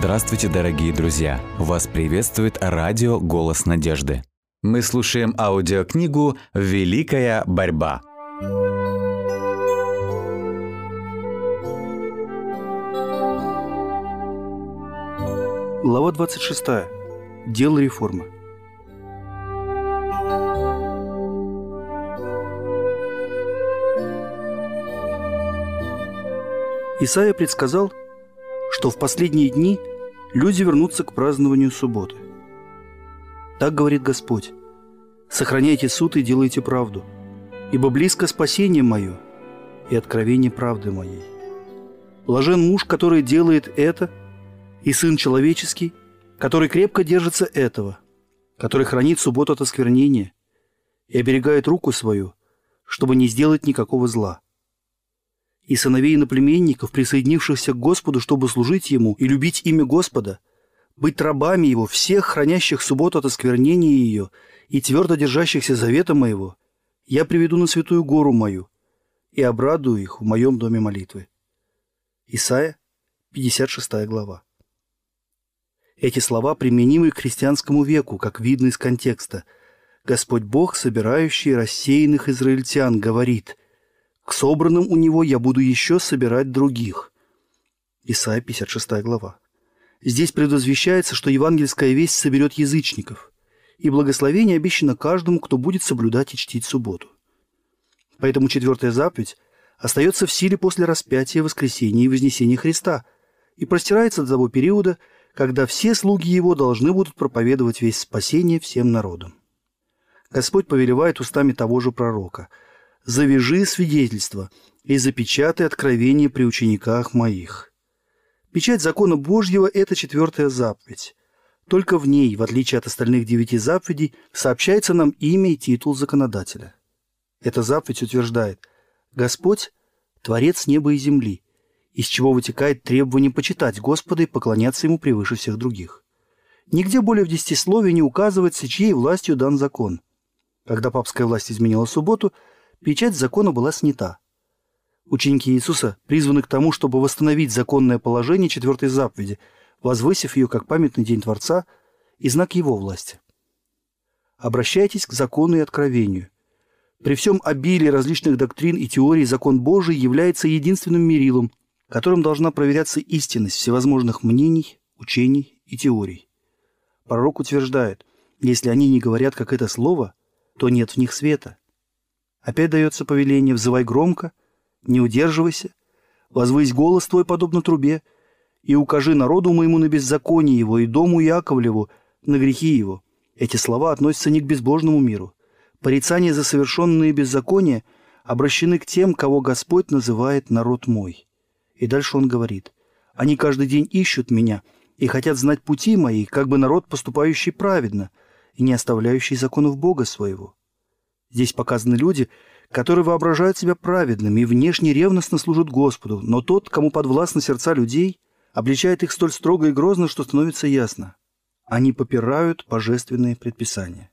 Здравствуйте, дорогие друзья! Вас приветствует радио «Голос надежды». Мы слушаем аудиокнигу «Великая борьба». Глава 26. Дело реформы. Исайя предсказал, что в последние дни люди вернутся к празднованию субботы. Так говорит Господь: «Сохраняйте суд и делайте правду, ибо близко спасение мое и откровение правды моей. Блажен муж, который делает это, и Сын Человеческий, который крепко держится этого, который хранит субботу от осквернения и оберегает руку свою, чтобы не сделать никакого зла. И сыновей иноплеменников, присоединившихся к Господу, чтобы служить Ему и любить имя Господа, быть рабами Его, всех хранящих субботу от осквернения ее и твердо держащихся завета моего, я приведу на святую гору мою и обрадую их в моем доме молитвы». Исайя, 56 глава. Эти слова применимы к христианскому веку, как видно из контекста. Господь Бог, собирающий рассеянных израильтян, говорит: «К собранным у Него я буду еще собирать других». Исайя, 56 глава. Здесь предвозвещается, что евангельская весть соберет язычников, и благословение обещано каждому, кто будет соблюдать и чтить субботу. Поэтому 4-я заповедь остается в силе после распятия, воскресения и вознесения Христа и простирается до того периода, когда все слуги Его должны будут проповедовать весть спасения всем народам. Господь повелевает устами того же пророка: «Завяжи свидетельство и запечатай откровение при учениках моих». Печать закона Божьего – это 4-я заповедь. Только в ней, в отличие от остальных 9 заповедей, сообщается нам имя и титул законодателя. Эта заповедь утверждает: Господь – Творец неба и земли, из чего вытекает требование почитать Господа и поклоняться Ему превыше всех других. Нигде более в десятисловии не указывается, чьей властью дан закон. Когда папская власть изменила субботу, печать закона была снята. Ученики Иисуса призваны к тому, чтобы восстановить законное положение 4-й заповеди, возвысив ее как памятный день Творца и знак Его власти. Обращайтесь к закону и откровению. При всем обилии различных доктрин и теорий закон Божий является единственным мерилом, которым должна проверяться истинность всевозможных мнений, учений и теорий. Пророк утверждает: если они не говорят, как это слово, то нет в них света. Опять дается повеление: взывай громко, не удерживайся, возвысь голос твой подобно трубе, и укажи народу моему на беззаконие его и дому Иаковлеву на грехи его. Эти слова относятся не к безбожному миру. Порицания за совершенные беззакония обращены к тем, кого Господь называет народ мой. И дальше он говорит: они каждый день ищут меня и хотят знать пути мои, как бы народ, поступающий праведно и не оставляющий законов Бога своего. Здесь показаны люди, которые воображают себя праведными и внешне ревностно служат Господу, но тот, кому подвластны сердца людей, обличает их столь строго и грозно, что становится ясно: они попирают божественные предписания.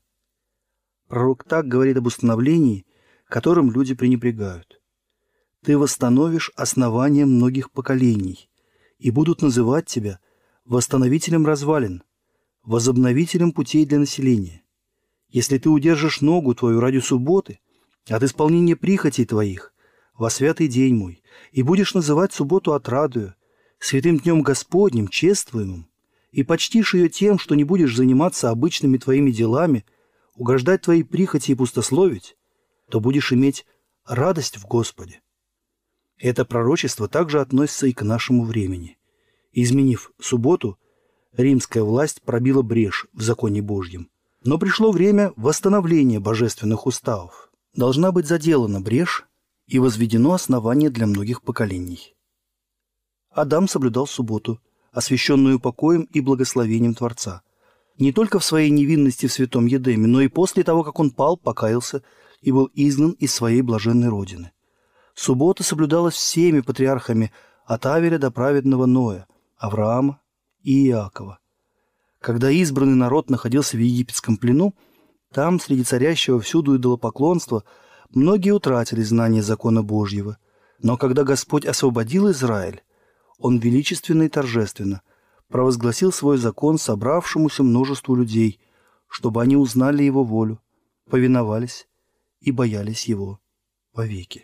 Пророк так говорит об установлении, которым люди пренебрегают: «Ты восстановишь основания многих поколений, и будут называть тебя восстановителем развалин, возобновителем путей для населения. Если ты удержишь ногу твою ради субботы от исполнения прихотей твоих во святый день мой, и будешь называть субботу отрадою, святым днем Господним, чествуемым, и почтишь ее тем, что не будешь заниматься обычными твоими делами, угождать твоей прихоти и пустословить, то будешь иметь радость в Господе». Это пророчество также относится и к нашему времени. Изменив субботу, римская власть пробила брешь в законе Божьем. Но пришло время восстановления божественных уставов. Должна быть заделана брешь и возведено основание для многих поколений. Адам соблюдал субботу, освященную покоем и благословением Творца. Не только в своей невинности в святом Едеме, но и после того, как он пал, покаялся и был изгнан из своей блаженной родины. Суббота соблюдалась всеми патриархами от Авеля до праведного Ноя, Авраама и Иакова. Когда избранный народ находился в египетском плену, там, среди царящего всюду идолопоклонства, многие утратили знание закона Божьего. Но когда Господь освободил Израиль, Он величественно и торжественно провозгласил свой закон собравшемуся множеству людей, чтобы они узнали Его волю, повиновались и боялись Его вовеки.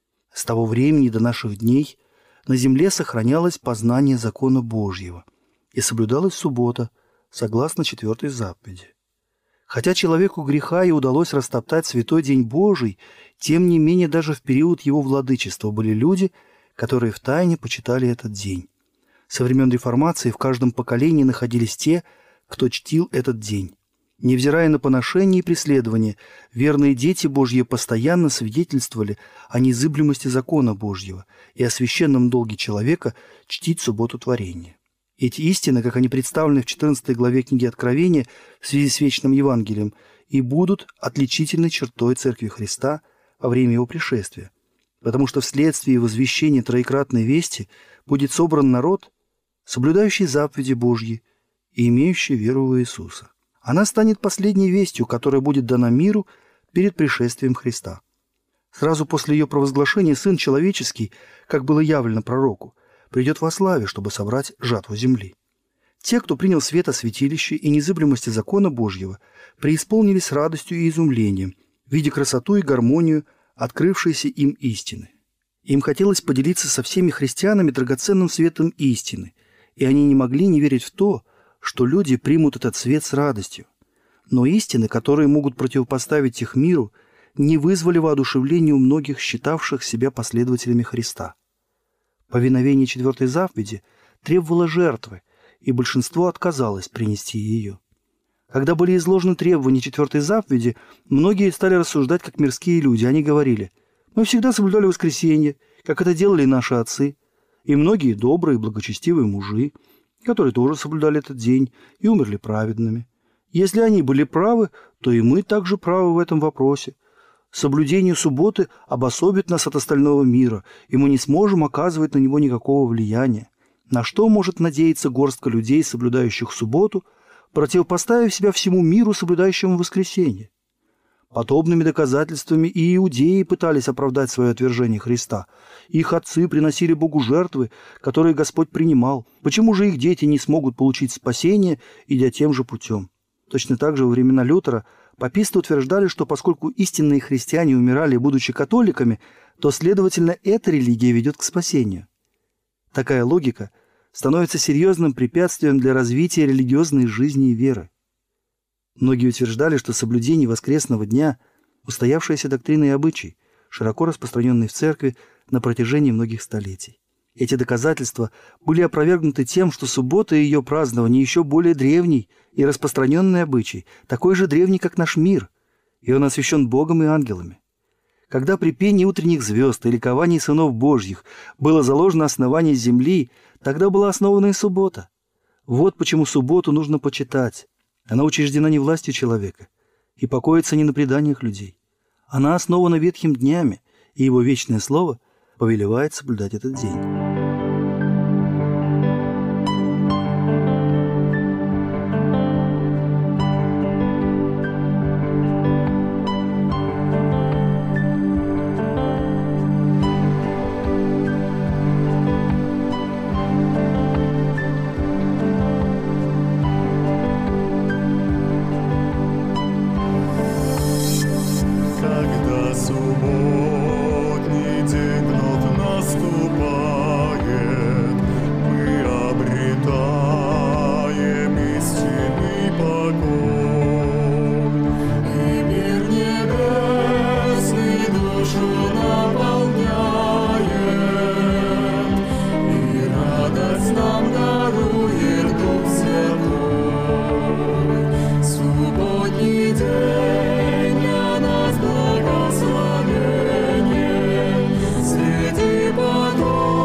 С того времени до наших дней на земле сохранялось познание закона Божьего и соблюдалась суббота, согласно 4 заповеди. Хотя человеку греха и удалось растоптать святой день Божий, тем не менее даже в период его владычества были люди, которые втайне почитали этот день. Со времен Реформации в каждом поколении находились те, кто чтил этот день. Невзирая на поношения и преследования, верные дети Божьи постоянно свидетельствовали о незыблемости закона Божьего и о священном долге человека чтить субботу творения. Эти истины, как они представлены в 14 главе книги Откровения в связи с вечным Евангелием, и будут отличительной чертой Церкви Христа во время Его пришествия, потому что вследствие возвещения троекратной вести будет собран народ, соблюдающий заповеди Божьи и имеющий веру в Иисуса. Она станет последней вестью, которая будет дана миру перед пришествием Христа. Сразу после ее провозглашения Сын Человеческий, как было явлено пророку, придет во славе, чтобы собрать жатву земли. Те, кто принял свет о святилище и незыблемости закона Божьего, преисполнились радостью и изумлением, видя красоту и гармонию открывшейся им истины. Им хотелось поделиться со всеми христианами драгоценным светом истины, и они не могли не верить в то, что люди примут этот свет с радостью. Но истины, которые могут противопоставить их миру, не вызвали воодушевления у многих, считавших себя последователями Христа. Повиновение 4 заповеди требовало жертвы, и большинство отказалось принести ее. Когда были изложены требования 4 заповеди, многие стали рассуждать как мирские люди. Они говорили: «Мы всегда соблюдали воскресенье, как это делали наши отцы, и многие добрые, благочестивые мужи, которые тоже соблюдали этот день и умерли праведными. Если они были правы, то и мы также правы в этом вопросе. Соблюдение субботы обособит нас от остального мира, и мы не сможем оказывать на него никакого влияния. На что может надеяться горстка людей, соблюдающих субботу, противопоставив себя всему миру, соблюдающему воскресенье?» Подобными доказательствами и иудеи пытались оправдать свое отвержение Христа. Их отцы приносили Богу жертвы, которые Господь принимал. Почему же их дети не смогут получить спасение, идя тем же путем? Точно так же во времена Лютера паписты утверждали, что поскольку истинные христиане умирали, будучи католиками, то, следовательно, эта религия ведет к спасению. Такая логика становится серьезным препятствием для развития религиозной жизни и веры. Многие утверждали, что соблюдение воскресного дня – устоявшаяся доктрина и обычай, широко распространенный в церкви на протяжении многих столетий. Эти доказательства были опровергнуты тем, что суббота и ее празднование еще более древний и распространенный обычай, такой же древний, как наш мир, и он освящен Богом и ангелами. Когда при пении утренних звезд и ликовании сынов Божьих было заложено основание земли, тогда была основана и суббота. Вот почему субботу нужно почитать. Она учреждена не властью человека и покоится не на преданиях людей. Она основана ветхим днями, и его вечное слово повелевает соблюдать этот день. Когда субботний день вновь наступает, мы обретаем истинный покой. И мир небесный душу наполняет, и радость нам дарует Дух Святой. Субботний день для нас благословение, среди богов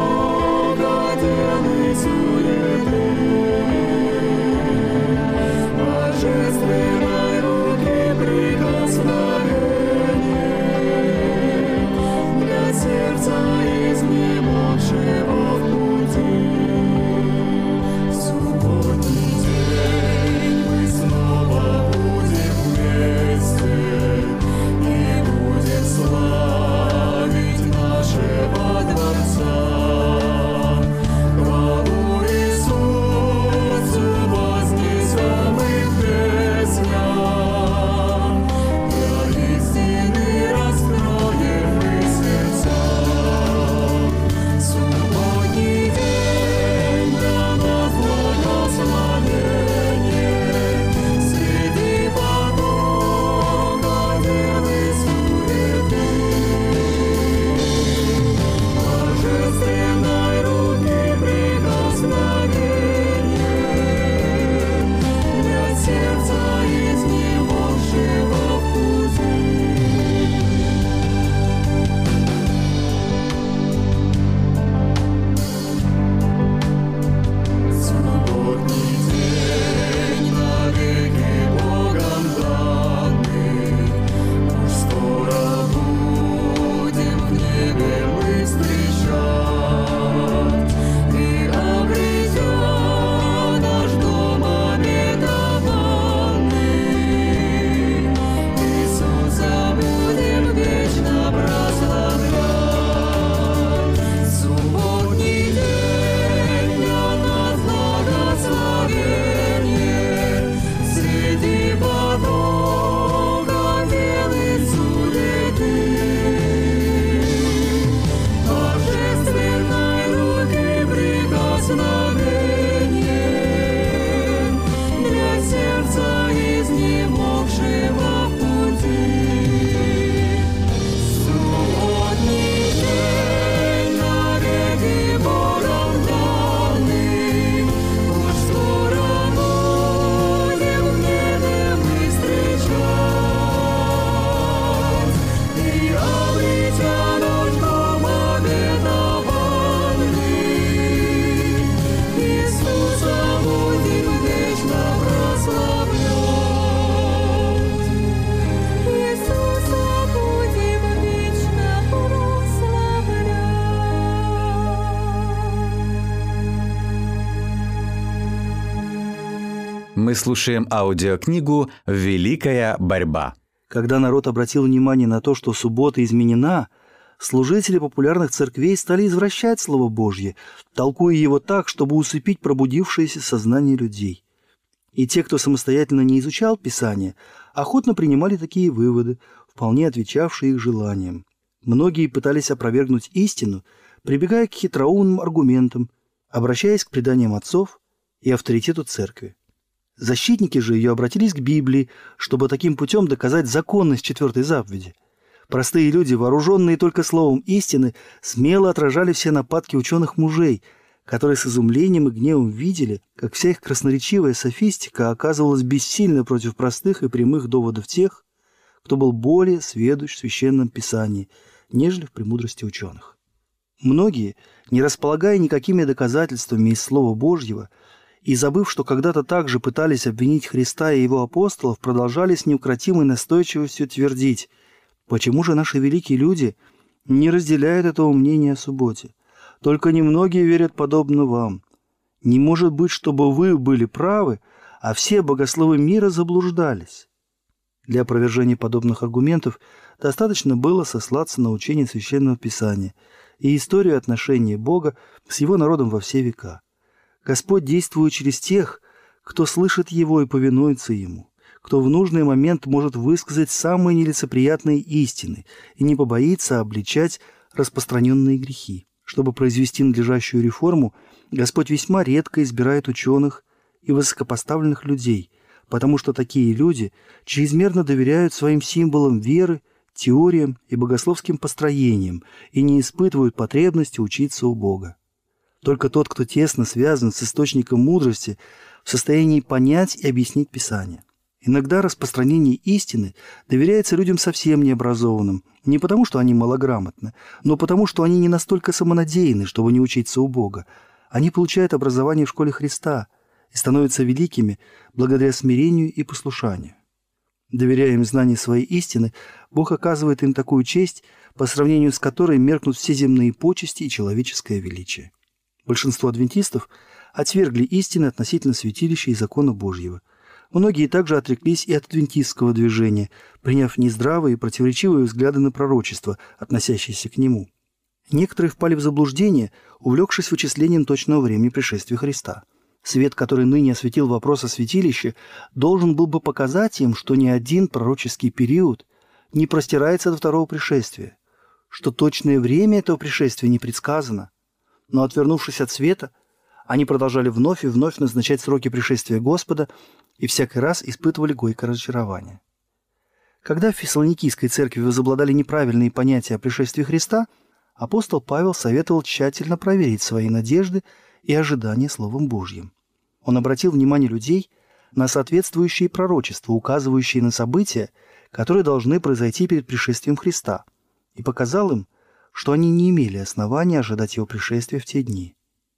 Мы слушаем аудиокнигу «Великая борьба». Когда народ обратил внимание на то, что суббота изменена, служители популярных церквей стали извращать Слово Божье, толкуя его так, чтобы усыпить пробудившееся сознание людей. И те, кто самостоятельно не изучал Писание, охотно принимали такие выводы, вполне отвечавшие их желаниям. Многие пытались опровергнуть истину, прибегая к хитроумным аргументам, обращаясь к преданиям отцов и авторитету церкви. Защитники же ее обратились к Библии, чтобы таким путем доказать законность четвертой заповеди. Простые люди, вооруженные только словом истины, смело отражали все нападки ученых-мужей, которые с изумлением и гневом видели, как вся их красноречивая софистика оказывалась бессильна против простых и прямых доводов тех, кто был более сведущ в Священном Писании, нежели в премудрости ученых. Многие, не располагая никакими доказательствами из Слова Божьего, и забыв, что когда-то также пытались обвинить Христа и его апостолов, продолжали с неукротимой настойчивостью твердить: почему же наши великие люди не разделяют этого мнения о субботе? Только немногие верят подобно вам. Не может быть, чтобы вы были правы, а все богословы мира заблуждались. Для опровержения подобных аргументов достаточно было сослаться на учение Священного Писания и историю отношений Бога с его народом во все века. Господь действует через тех, кто слышит Его и повинуется Ему, кто в нужный момент может высказать самые нелицеприятные истины и не побоится обличать распространенные грехи. Чтобы произвести надлежащую реформу, Господь весьма редко избирает ученых и высокопоставленных людей, потому что такие люди чрезмерно доверяют своим символам веры, теориям и богословским построениям и не испытывают потребности учиться у Бога. Только тот, кто тесно связан с источником мудрости, в состоянии понять и объяснить Писание. Иногда распространение истины доверяется людям совсем необразованным, не потому, что они малограмотны, но потому, что они не настолько самонадеянны, чтобы не учиться у Бога. Они получают образование в школе Христа и становятся великими благодаря смирению и послушанию. Доверяя им знанию своей истины, Бог оказывает им такую честь, по сравнению с которой меркнут все земные почести и человеческое величие. Большинство адвентистов отвергли истины относительно святилища и закона Божьего. Многие также отреклись и от адвентистского движения, приняв нездравые и противоречивые взгляды на пророчество, относящиеся к нему. Некоторые впали в заблуждение, увлекшись вычислением точного времени пришествия Христа. Свет, который ныне осветил вопрос о святилище, должен был бы показать им, что ни один пророческий период не простирается до второго пришествия, что точное время этого пришествия не предсказано. Но, отвернувшись от света, они продолжали вновь и вновь назначать сроки пришествия Господа и всякий раз испытывали горькое разочарование. Когда в Фессалоникийской церкви возобладали неправильные понятия о пришествии Христа, апостол Павел советовал тщательно проверить свои надежды и ожидания Словом Божьим. Он обратил внимание людей на соответствующие пророчества, указывающие на события, которые должны произойти перед пришествием Христа, и показал им, что они не имели основания ожидать его пришествия в те дни.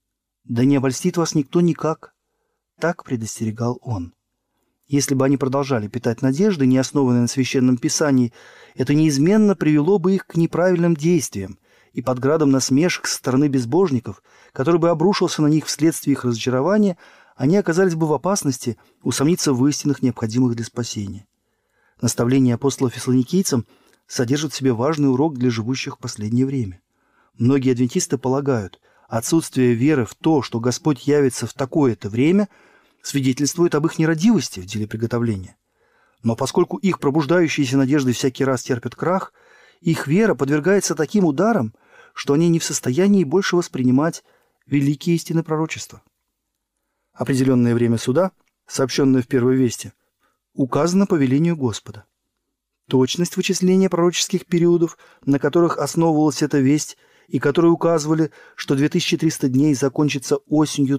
«Да не обольстит вас никто никак», — так предостерегал он. Если бы они продолжали питать надежды, не основанные на Священном Писании, это неизменно привело бы их к неправильным действиям и под градом насмешек со стороны безбожников, который бы обрушился на них вследствие их разочарования, они оказались бы в опасности усомниться в истинах, необходимых для спасения. Наставление апостола фессалоникийцам содержит в себе важный урок для живущих в последнее время. Многие адвентисты полагают, отсутствие веры в то, что Господь явится в такое-то время, свидетельствует об их нерадивости в деле приготовления. Но поскольку их пробуждающиеся надежды всякий раз терпят крах, их вера подвергается таким ударам, что они не в состоянии больше воспринимать великие истины пророчества. Определенное время суда, сообщенное в Первой Вести, указано по велению Господа. Точность вычисления пророческих периодов, на которых основывалась эта весть, и которые указывали, что 2300 дней закончится осенью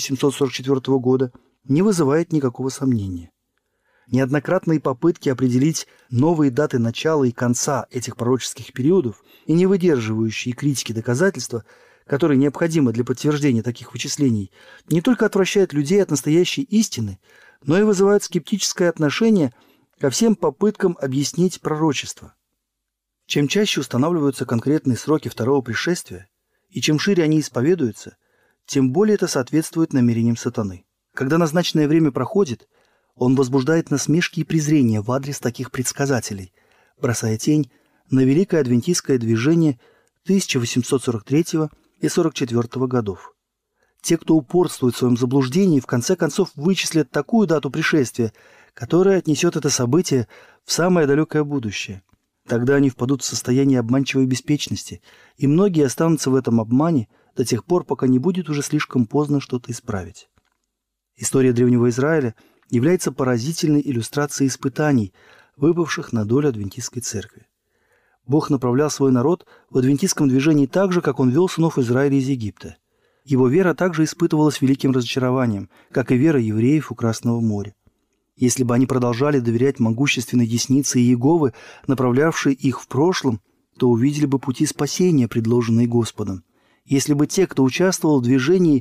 1844 года, не вызывает никакого сомнения. Неоднократные попытки определить новые даты начала и конца этих пророческих периодов и не выдерживающие критики доказательства, которые необходимы для подтверждения таких вычислений, не только отвращают людей от настоящей истины, но и вызывают скептическое отношение ко всем попыткам объяснить пророчество. Чем чаще устанавливаются конкретные сроки второго пришествия, и чем шире они исповедуются, тем более это соответствует намерениям сатаны. Когда назначенное время проходит, Он возбуждает насмешки и презрение в адрес таких предсказателей, бросая тень на великое адвентистское движение 1843 и 1844 годов. Те, кто упорствует в своем заблуждении, в конце концов вычислят такую дату пришествия, которая отнесет это событие в самое далекое будущее. Тогда они впадут в состояние обманчивой беспечности, и многие останутся в этом обмане до тех пор, пока не будет уже слишком поздно что-то исправить. История Древнего Израиля является поразительной иллюстрацией испытаний, выпавших на долю адвентистской церкви. Бог направлял свой народ в адвентистском движении так же, как Он вел сынов Израиля из Египта. Его вера также испытывалась великим разочарованием, как и вера евреев у Красного моря. Если бы они продолжали доверять могущественной деснице Иеговы, направлявшей их в прошлом, то увидели бы пути спасения, предложенные Господом. Если бы те, кто участвовал в движении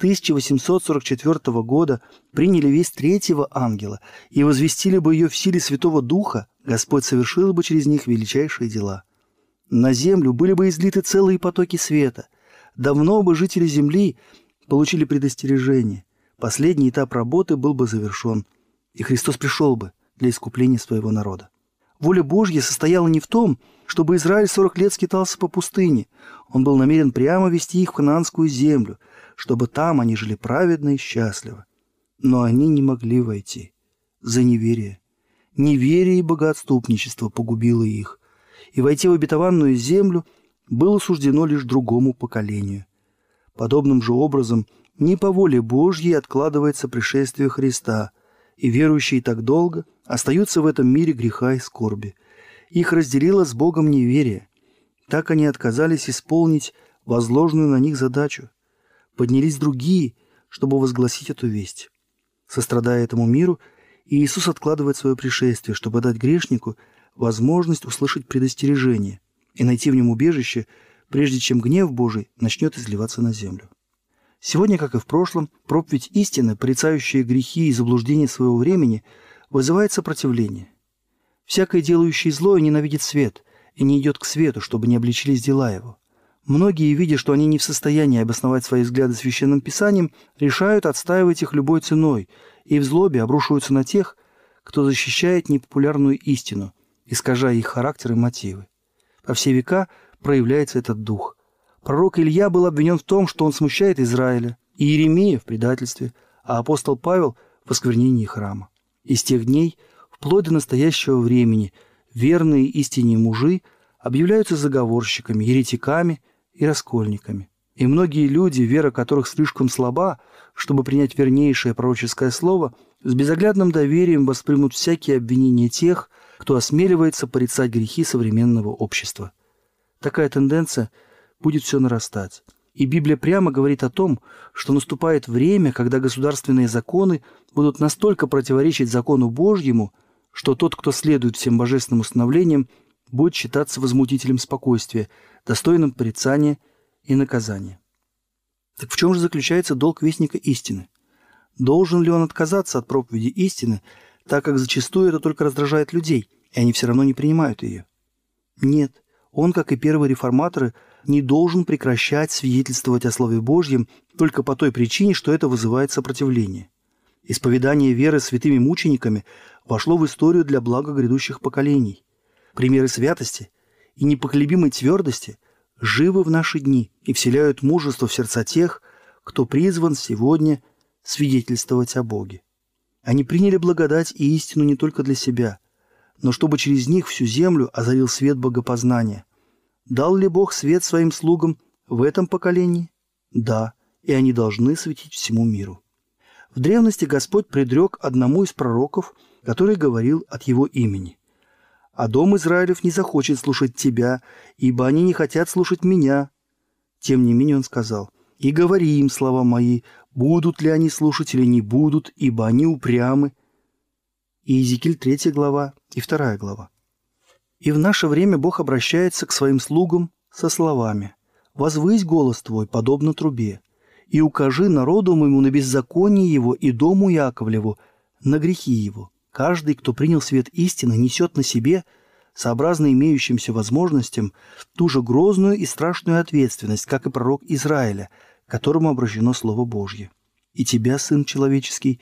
1844 года, приняли весть третьего ангела и возвестили бы ее в силе Святого Духа, Господь совершил бы через них величайшие дела. На землю были бы излиты целые потоки света. Давно бы жители земли получили предостережение. Последний этап работы был бы завершен, и Христос пришел бы для искупления своего народа. Воля Божья состояла не в том, чтобы Израиль 40 лет скитался по пустыне. Он был намерен прямо вести их в ханаанскую землю, чтобы там они жили праведно и счастливо. Но они не могли войти за неверие. Неверие и богоотступничество погубило их, и войти в обетованную землю было суждено лишь другому поколению. Подобным же образом не по воле Божьей откладывается пришествие Христа, и верующие так долго остаются в этом мире греха и скорби. Их разделило с Богом неверие. Так они отказались исполнить возложенную на них задачу. Поднялись другие, чтобы возгласить эту весть. Сострадая этому миру, Иисус откладывает свое пришествие, чтобы дать грешнику возможность услышать предостережение и найти в нем убежище, прежде чем гнев Божий начнет изливаться на землю. Сегодня, как и в прошлом, проповедь истины, порицающая грехи и заблуждения своего времени, вызывает сопротивление. Всякое делающее злое ненавидит свет и не идет к свету, чтобы не обличились дела его. Многие, видя, что они не в состоянии обосновать свои взгляды Священным Писанием, решают отстаивать их любой ценой и в злобе обрушиваются на тех, кто защищает непопулярную истину, искажая их характер и мотивы. Во все века проявляется этот дух. Пророк Илья был обвинен в том, что он смущает Израиля, и Иеремия в предательстве, а апостол Павел в осквернении храма. И с тех дней, вплоть до настоящего времени, верные истине мужи объявляются заговорщиками, еретиками и раскольниками. И многие люди, вера которых слишком слаба, чтобы принять вернейшее пророческое слово, с безоглядным доверием воспримут всякие обвинения тех, кто осмеливается порицать грехи современного общества. Такая тенденция будет все нарастать. И Библия прямо говорит о том, что наступает время, когда государственные законы будут настолько противоречить закону Божьему, что тот, кто следует всем божественным установлениям, будет считаться возмутителем спокойствия, достойным порицания и наказания. Так в чем же заключается долг вестника истины? Должен ли он отказаться от проповеди истины, так как зачастую это только раздражает людей, и они все равно не принимают ее? Нет, он, как и первые реформаторы, не должен прекращать свидетельствовать о Слове Божьем только по той причине, что это вызывает сопротивление. Исповедание веры святыми мучениками вошло в историю для блага грядущих поколений. Примеры святости и непоколебимой твердости живы в наши дни и вселяют мужество в сердца тех, кто призван сегодня свидетельствовать о Боге. Они приняли благодать и истину не только для себя, но чтобы через них всю землю озарил свет богопознания. Дал ли Бог свет своим слугам в этом поколении? Да, и они должны светить всему миру. В древности Господь предрек одному из пророков, который говорил от его имени: «А дом Израилев не захочет слушать тебя, ибо они не хотят слушать меня». Тем не менее он сказал: «И говори им слова мои, будут ли они слушать или не будут, ибо они упрямы». И Иезекииль 3 глава и 2 глава. И в наше время Бог обращается к своим слугам со словами: «Возвысь голос твой, подобно трубе, и укажи народу моему на беззаконие его и дому Яковлеву на грехи его. Каждый, кто принял свет истины, несет на себе, сообразно имеющимся возможностям, ту же грозную и страшную ответственность, как и пророк Израиля, к которому обращено Слово Божье. И тебя, Сын человеческий,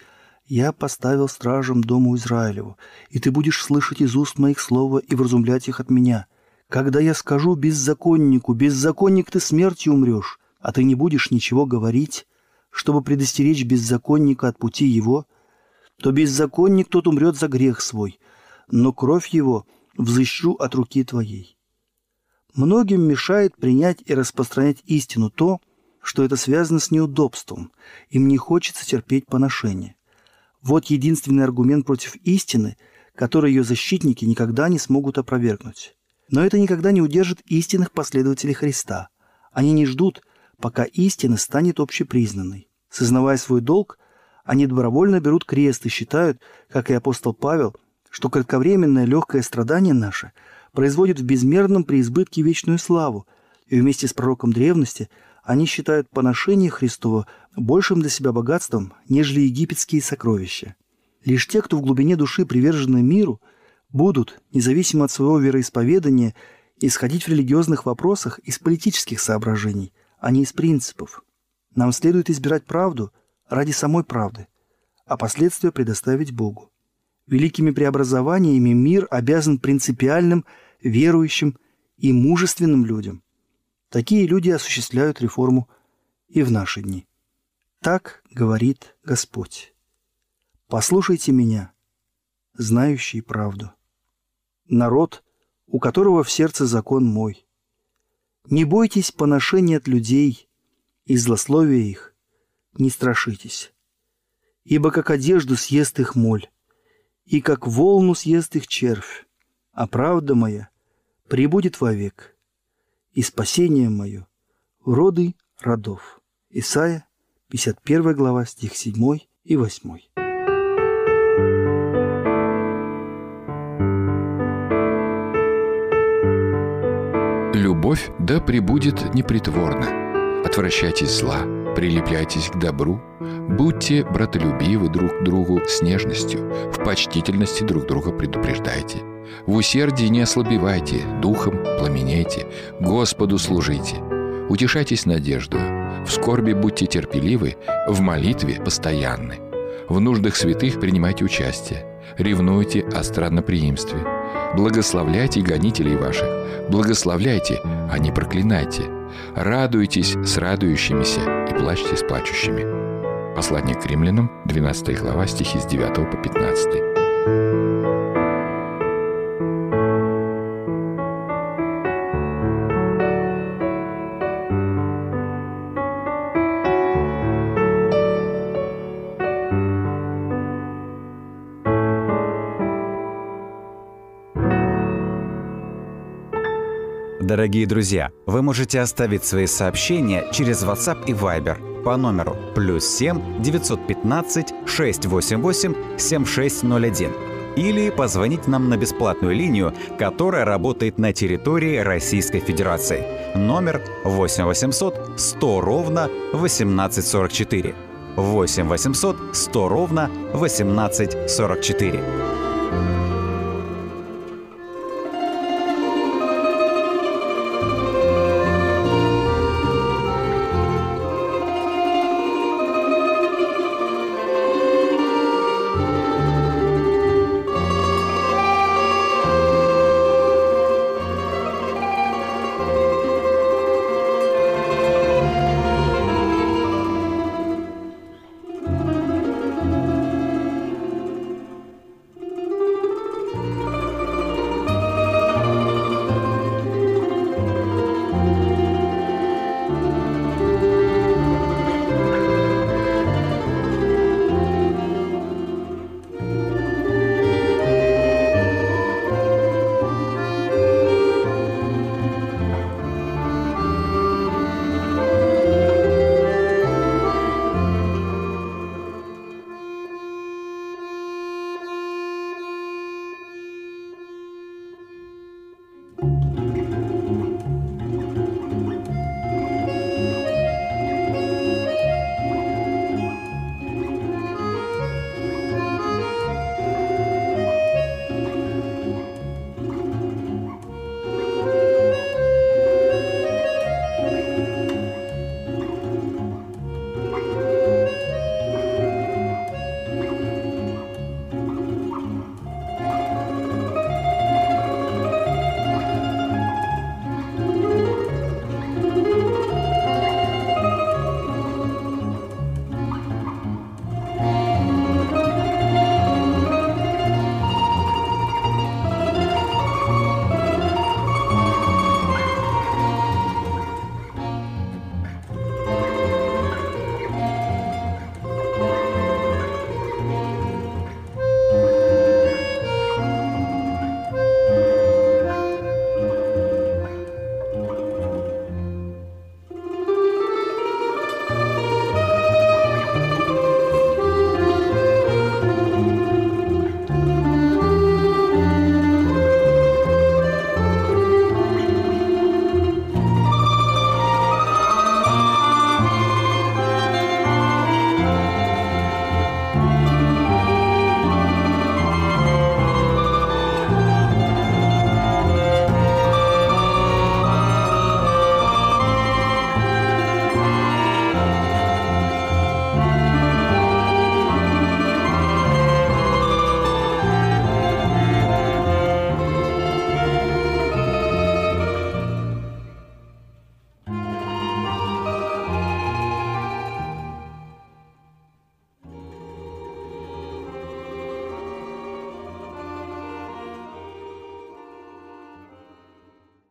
«Я поставил стражем дому Израилеву, и ты будешь слышать из уст моих слова и вразумлять их от меня. Когда я скажу беззаконнику, беззаконник, ты смертью умрешь, а ты не будешь ничего говорить, чтобы предостеречь беззаконника от пути его, то беззаконник тот умрет за грех свой, но кровь его взыщу от руки твоей». Многим мешает принять и распространять истину то, что это связано с неудобством, им не хочется терпеть поношение. Вот единственный аргумент против истины, который ее защитники никогда не смогут опровергнуть. Но это никогда не удержит истинных последователей Христа. Они не ждут, пока истина станет общепризнанной. Сознавая свой долг, они добровольно берут крест и считают, как и апостол Павел, что кратковременное легкое страдание наше производит в безмерном преизбытке вечную славу, и вместе с пророком древности они считают поношение Христово большим для себя богатством, нежели египетские сокровища. Лишь те, кто в глубине души привержены миру, будут, независимо от своего вероисповедания, исходить в религиозных вопросах из политических соображений, а не из принципов. Нам следует избирать правду ради самой правды, а последствия предоставить Богу. Великими преобразованиями мир обязан принципиальным, верующим и мужественным людям. Такие люди осуществляют реформу и в наши дни. Так говорит Господь. Послушайте меня, знающий правду. Народ, у которого в сердце закон мой. Не бойтесь поношения от людей и злословия их, не страшитесь. Ибо как одежду съест их моль, и как волну съест их червь, а правда моя пребудет вовек, и спасение мое в роды родов». Исайя, 51 глава, стих 7 и 8. Любовь да пребудет непритворна. Отвращайтесь зла, прилепляйтесь к добру, будьте братолюбивы друг к другу с нежностью, в почтительности друг друга предупреждайте. В усердии не ослабевайте, духом пламенейте, Господу служите. Утешайтесь надеждою, в скорби будьте терпеливы, в молитве постоянны. В нуждах святых принимайте участие, ревнуйте о странноприимстве. Благословляйте гонителей ваших, благословляйте, а не проклинайте. Радуйтесь с радующимися и плачьте с плачущими. Послание к римлянам, 12 глава, стихи с 9 по 15. Дорогие друзья, вы можете оставить свои сообщения через WhatsApp и Viber по номеру +7 915 688 7601 или позвонить нам на бесплатную линию, которая работает на территории Российской Федерации. Номер 8 800 100 ровно 1844. 8 800 100 ровно 1844.